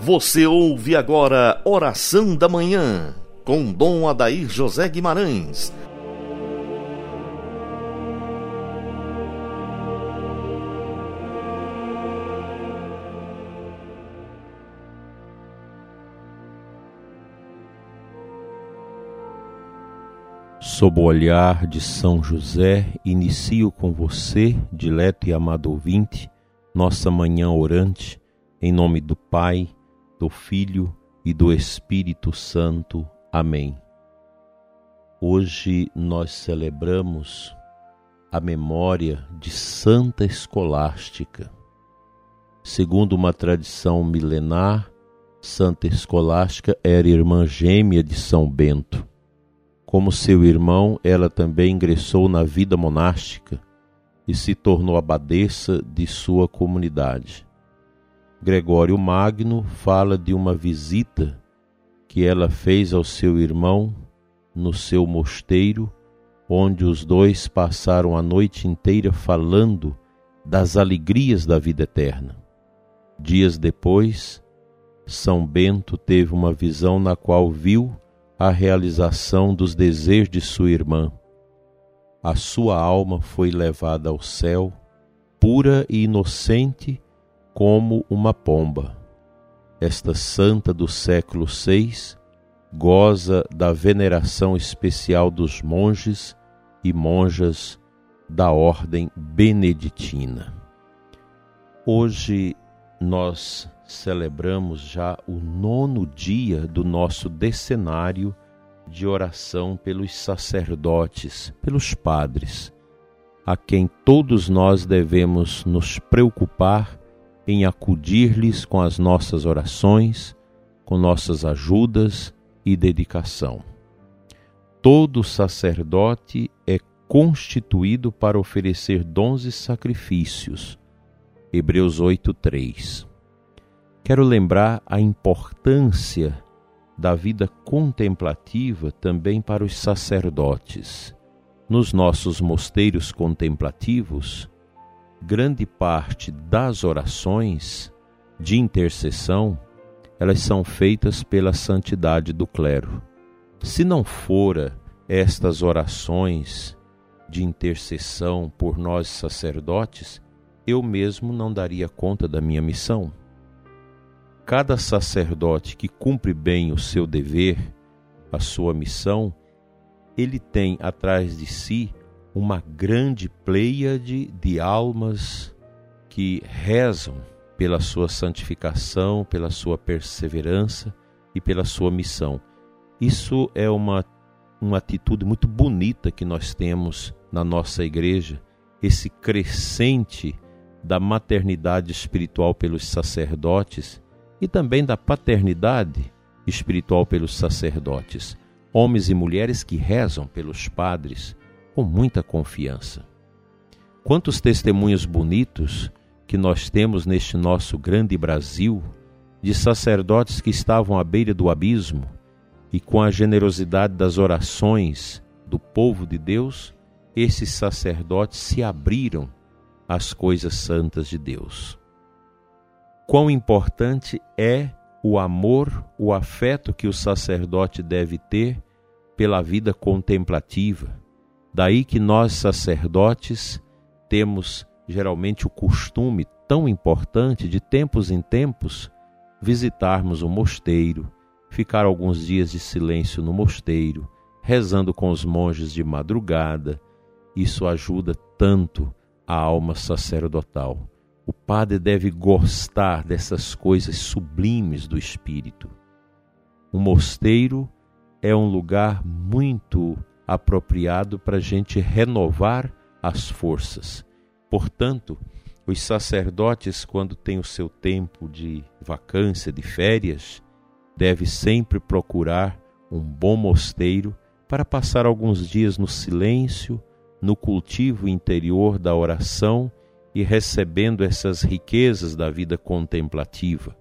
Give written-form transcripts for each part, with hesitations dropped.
Você ouve agora Oração da Manhã, com Dom Adair José Guimarães. Sob o olhar de São José, inicio com você, dileto e amado ouvinte, nossa manhã orante, em nome do Pai, do Filho e do Espírito Santo. Amém. Hoje nós celebramos a memória de Santa Escolástica. Segundo uma tradição milenar, Santa Escolástica era irmã gêmea de São Bento. Como seu irmão, ela também ingressou na vida monástica e se tornou abadesa de sua comunidade. Gregório Magno fala de uma visita que ela fez ao seu irmão no seu mosteiro, onde os dois passaram a noite inteira falando das alegrias da vida eterna. Dias depois, São Bento teve uma visão na qual viu a realização dos desejos de sua irmã. A sua alma foi levada ao céu, pura e inocente como uma pomba. Esta santa do século VI goza da veneração especial dos monges e monjas da ordem beneditina. Hoje nós celebramos já o 9º dia do nosso decenário de oração pelos sacerdotes, pelos padres, a quem todos nós devemos nos preocupar em acudir-lhes com as nossas orações, com nossas ajudas e dedicação. Todo sacerdote é constituído para oferecer dons e sacrifícios. Hebreus 8:3. Quero lembrar a importância da vida contemplativa também para os sacerdotes. Nos nossos mosteiros contemplativos, grande parte das orações de intercessão, elas são feitas pela santidade do clero. Se não fora estas orações de intercessão por nós sacerdotes, eu mesmo não daria conta da minha missão. Cada sacerdote que cumpre bem o seu dever, a sua missão, ele tem atrás de si uma grande pleiade de almas que rezam pela sua santificação, pela sua perseverança e pela sua missão. Isso é uma atitude muito bonita que nós temos na nossa igreja, esse crescente da maternidade espiritual pelos sacerdotes e também da paternidade espiritual pelos sacerdotes, homens e mulheres que rezam pelos padres com muita confiança. Quantos testemunhos bonitos que nós temos neste nosso grande Brasil, de sacerdotes que estavam à beira do abismo e com a generosidade das orações do povo de Deus, esses sacerdotes se abriram às coisas santas de Deus. Quão importante é o amor, o afeto que o sacerdote deve ter pela vida contemplativa. Daí que nós, sacerdotes, temos geralmente o costume tão importante de tempos em tempos visitarmos o mosteiro, ficar alguns dias de silêncio no mosteiro, rezando com os monges de madrugada. Isso ajuda tanto a alma sacerdotal. O padre deve gostar dessas coisas sublimes do espírito. O mosteiro é um lugar muito apropriado para a gente renovar as forças. Portanto, os sacerdotes, quando têm o seu tempo de vacância, de férias, devem sempre procurar um bom mosteiro para passar alguns dias no silêncio, no cultivo interior da oração e recebendo essas riquezas da vida contemplativa.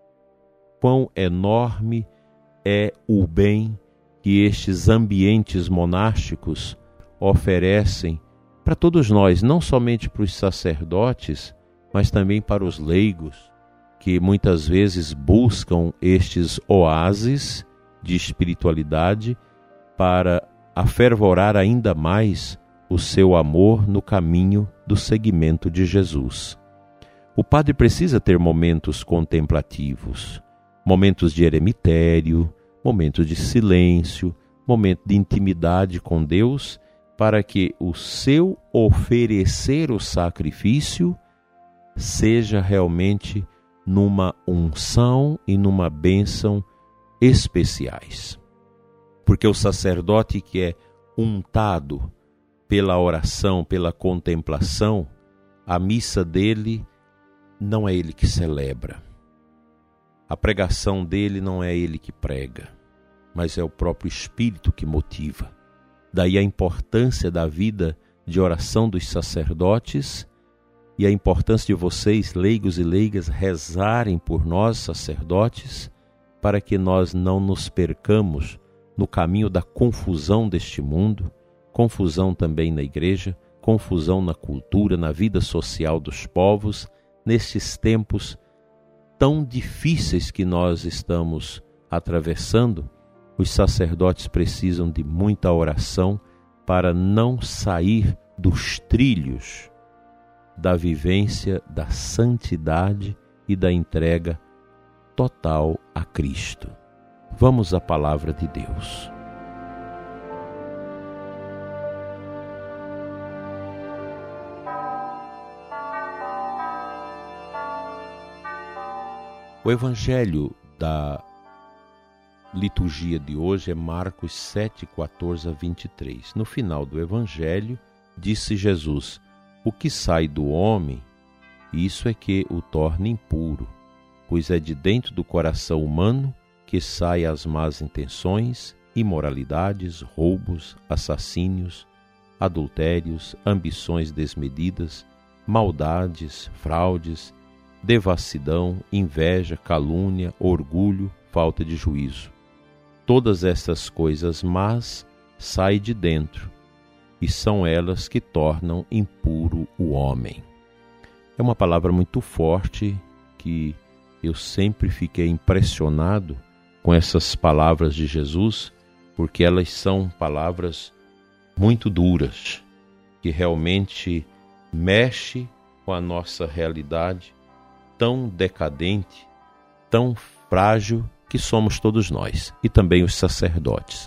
Quão enorme é o bem que estes ambientes monásticos oferecem para todos nós, não somente para os sacerdotes, mas também para os leigos, que muitas vezes buscam estes oásis de espiritualidade para afervorar ainda mais o seu amor no caminho do seguimento de Jesus. O padre precisa ter momentos contemplativos, momentos de eremitério, momentos de silêncio, momento de intimidade com Deus, para que o seu oferecer o sacrifício seja realmente numa unção e numa bênção especiais. Porque o sacerdote que é untado pela oração, pela contemplação, a missa dele não é ele que celebra. A pregação dele não é ele que prega, mas é o próprio Espírito que motiva. Daí a importância da vida de oração dos sacerdotes e a importância de vocês, leigos e leigas, rezarem por nós, sacerdotes, para que nós não nos percamos no caminho da confusão deste mundo, confusão também na igreja, confusão na cultura, na vida social dos povos, nestes tempos tão difíceis que nós estamos atravessando. Os sacerdotes precisam de muita oração para não sair dos trilhos da vivência da santidade e da entrega total a Cristo. Vamos à palavra de Deus. O evangelho da liturgia de hoje é Marcos 7, 14 a 23. No final do evangelho, disse Jesus: o que sai do homem, isso é que o torna impuro, pois é de dentro do coração humano que saem as más intenções, imoralidades, roubos, assassínios, adultérios, ambições desmedidas, maldades, fraudes, devassidão, inveja, calúnia, orgulho, falta de juízo. Todas estas coisas más saem de dentro, e são elas que tornam impuro o homem. É uma palavra muito forte que eu sempre fiquei impressionado com essas palavras de Jesus, porque elas são palavras muito duras, que realmente mexem com a nossa realidade tão decadente, tão frágil que somos todos nós, e também os sacerdotes.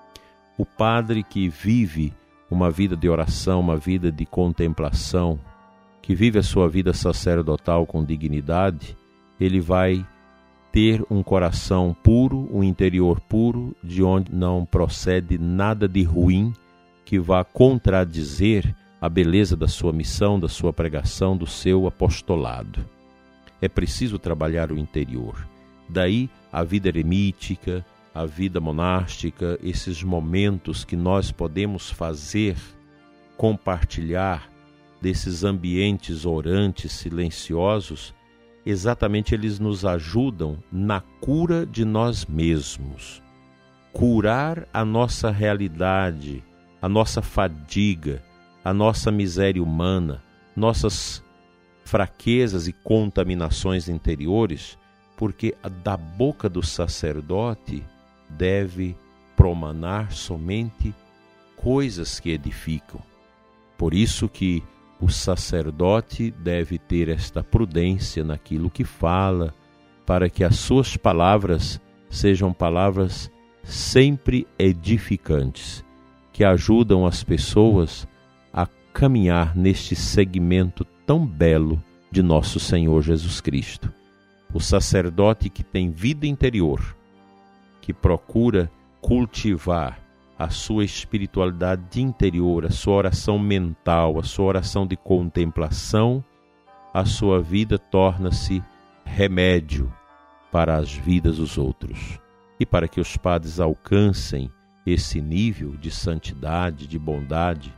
O padre que vive uma vida de oração, uma vida de contemplação, que vive a sua vida sacerdotal com dignidade, ele vai ter um coração puro, um interior puro, de onde não procede nada de ruim que vá contradizer a beleza da sua missão, da sua pregação, do seu apostolado. É preciso trabalhar o interior. Daí a vida eremítica, a vida monástica, esses momentos que nós podemos fazer, compartilhar desses ambientes orantes, silenciosos, exatamente eles nos ajudam na cura de nós mesmos. Curar a nossa realidade, a nossa fadiga, a nossa miséria humana, nossas fraquezas e contaminações interiores, porque da boca do sacerdote deve promanar somente coisas que edificam. Por isso que o sacerdote deve ter esta prudência naquilo que fala, para que as suas palavras sejam palavras sempre edificantes, que ajudam as pessoas a caminhar neste segmento tão belo de nosso Senhor Jesus Cristo. O sacerdote que tem vida interior, que procura cultivar a sua espiritualidade interior, a sua oração mental, a sua oração de contemplação, a sua vida torna-se remédio para as vidas dos outros. E para que os padres alcancem esse nível de santidade, de bondade,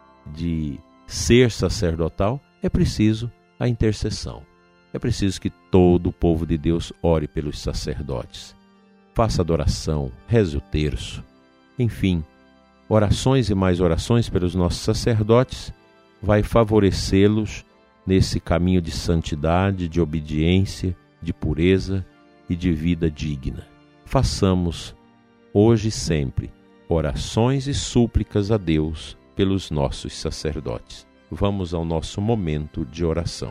de ser sacerdotal, é preciso a intercessão. É preciso que todo o povo de Deus ore pelos sacerdotes. Faça adoração, reze o terço. Enfim, orações e mais orações pelos nossos sacerdotes vai favorecê-los nesse caminho de santidade, de obediência de pureza e de vida digna. Façamos, hoje e sempre, orações e súplicas a Deus pelos nossos sacerdotes. Vamos ao nosso momento de oração.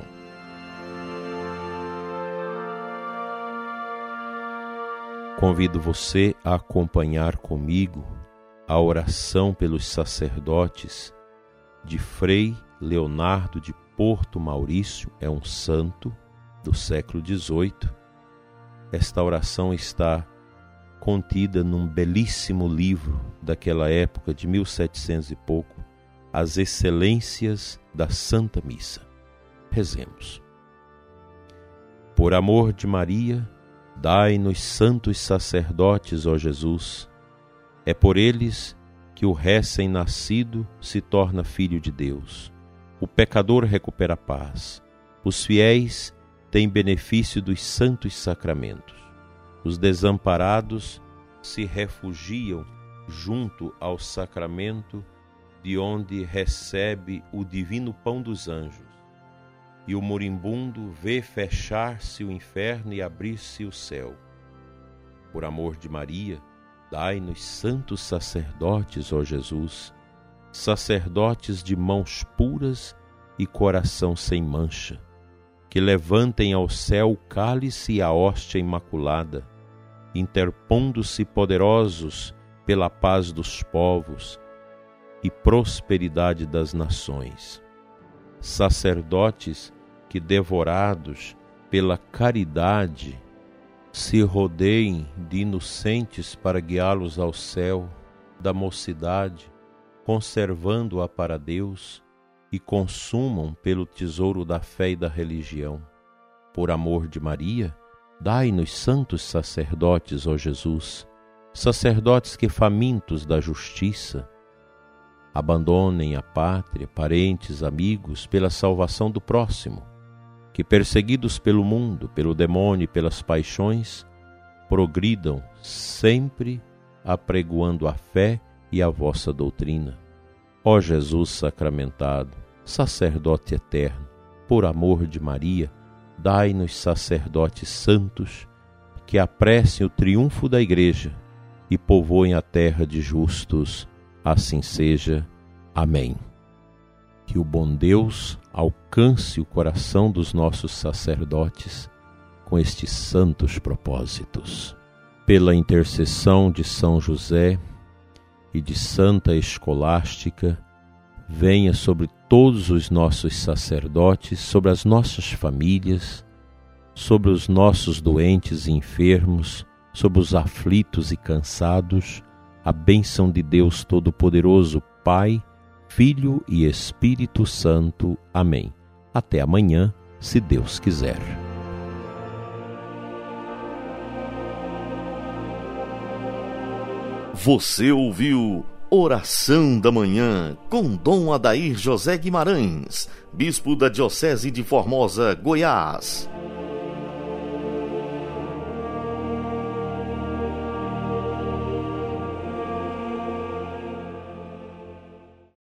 Convido você a acompanhar comigo a oração pelos sacerdotes de Frei Leonardo de Porto Maurício, é um santo do século XVIII. Esta oração está contida num belíssimo livro daquela época, de 1700 e pouco, As Excelências da Santa Missa. Rezemos. Por amor de Maria, dai-nos santos sacerdotes, ó Jesus. É por eles que o recém-nascido se torna filho de Deus. O pecador recupera a paz. Os fiéis têm benefício dos santos sacramentos. Os desamparados se refugiam junto ao sacramento de onde recebe o divino pão dos anjos. E o moribundo vê fechar-se o inferno e abrir-se o céu. Por amor de Maria, dai-nos santos sacerdotes, ó Jesus, sacerdotes de mãos puras e coração sem mancha, que levantem ao céu o cálice e a hóstia imaculada, interpondo-se poderosos pela paz dos povos e prosperidade das nações. Sacerdotes que, devorados pela caridade, se rodeiem de inocentes para guiá-los ao céu da mocidade, conservando-a para Deus, e consumam pelo tesouro da fé e da religião. Por amor de Maria, dai-nos santos sacerdotes, ó Jesus, sacerdotes que, famintos da justiça, abandonem a pátria, parentes, amigos, pela salvação do próximo, que, perseguidos pelo mundo, pelo demônio e pelas paixões, progridam sempre apregoando a fé e a vossa doutrina. Ó Jesus sacramentado, sacerdote eterno, por amor de Maria, dai-nos sacerdotes santos que apressem o triunfo da Igreja e povoem a terra de justos. Assim seja. Amém. Que o bom Deus alcance o coração dos nossos sacerdotes com estes santos propósitos. Pela intercessão de São José e de Santa Escolástica, venha sobre todos os nossos sacerdotes, sobre as nossas famílias, sobre os nossos doentes e enfermos, sobre os aflitos e cansados, a bênção de Deus Todo-Poderoso, Pai, Filho e Espírito Santo. Amém. Até amanhã, se Deus quiser. Você ouviu Oração da Manhã com Dom Adair José Guimarães, Bispo da Diocese de Formosa, Goiás.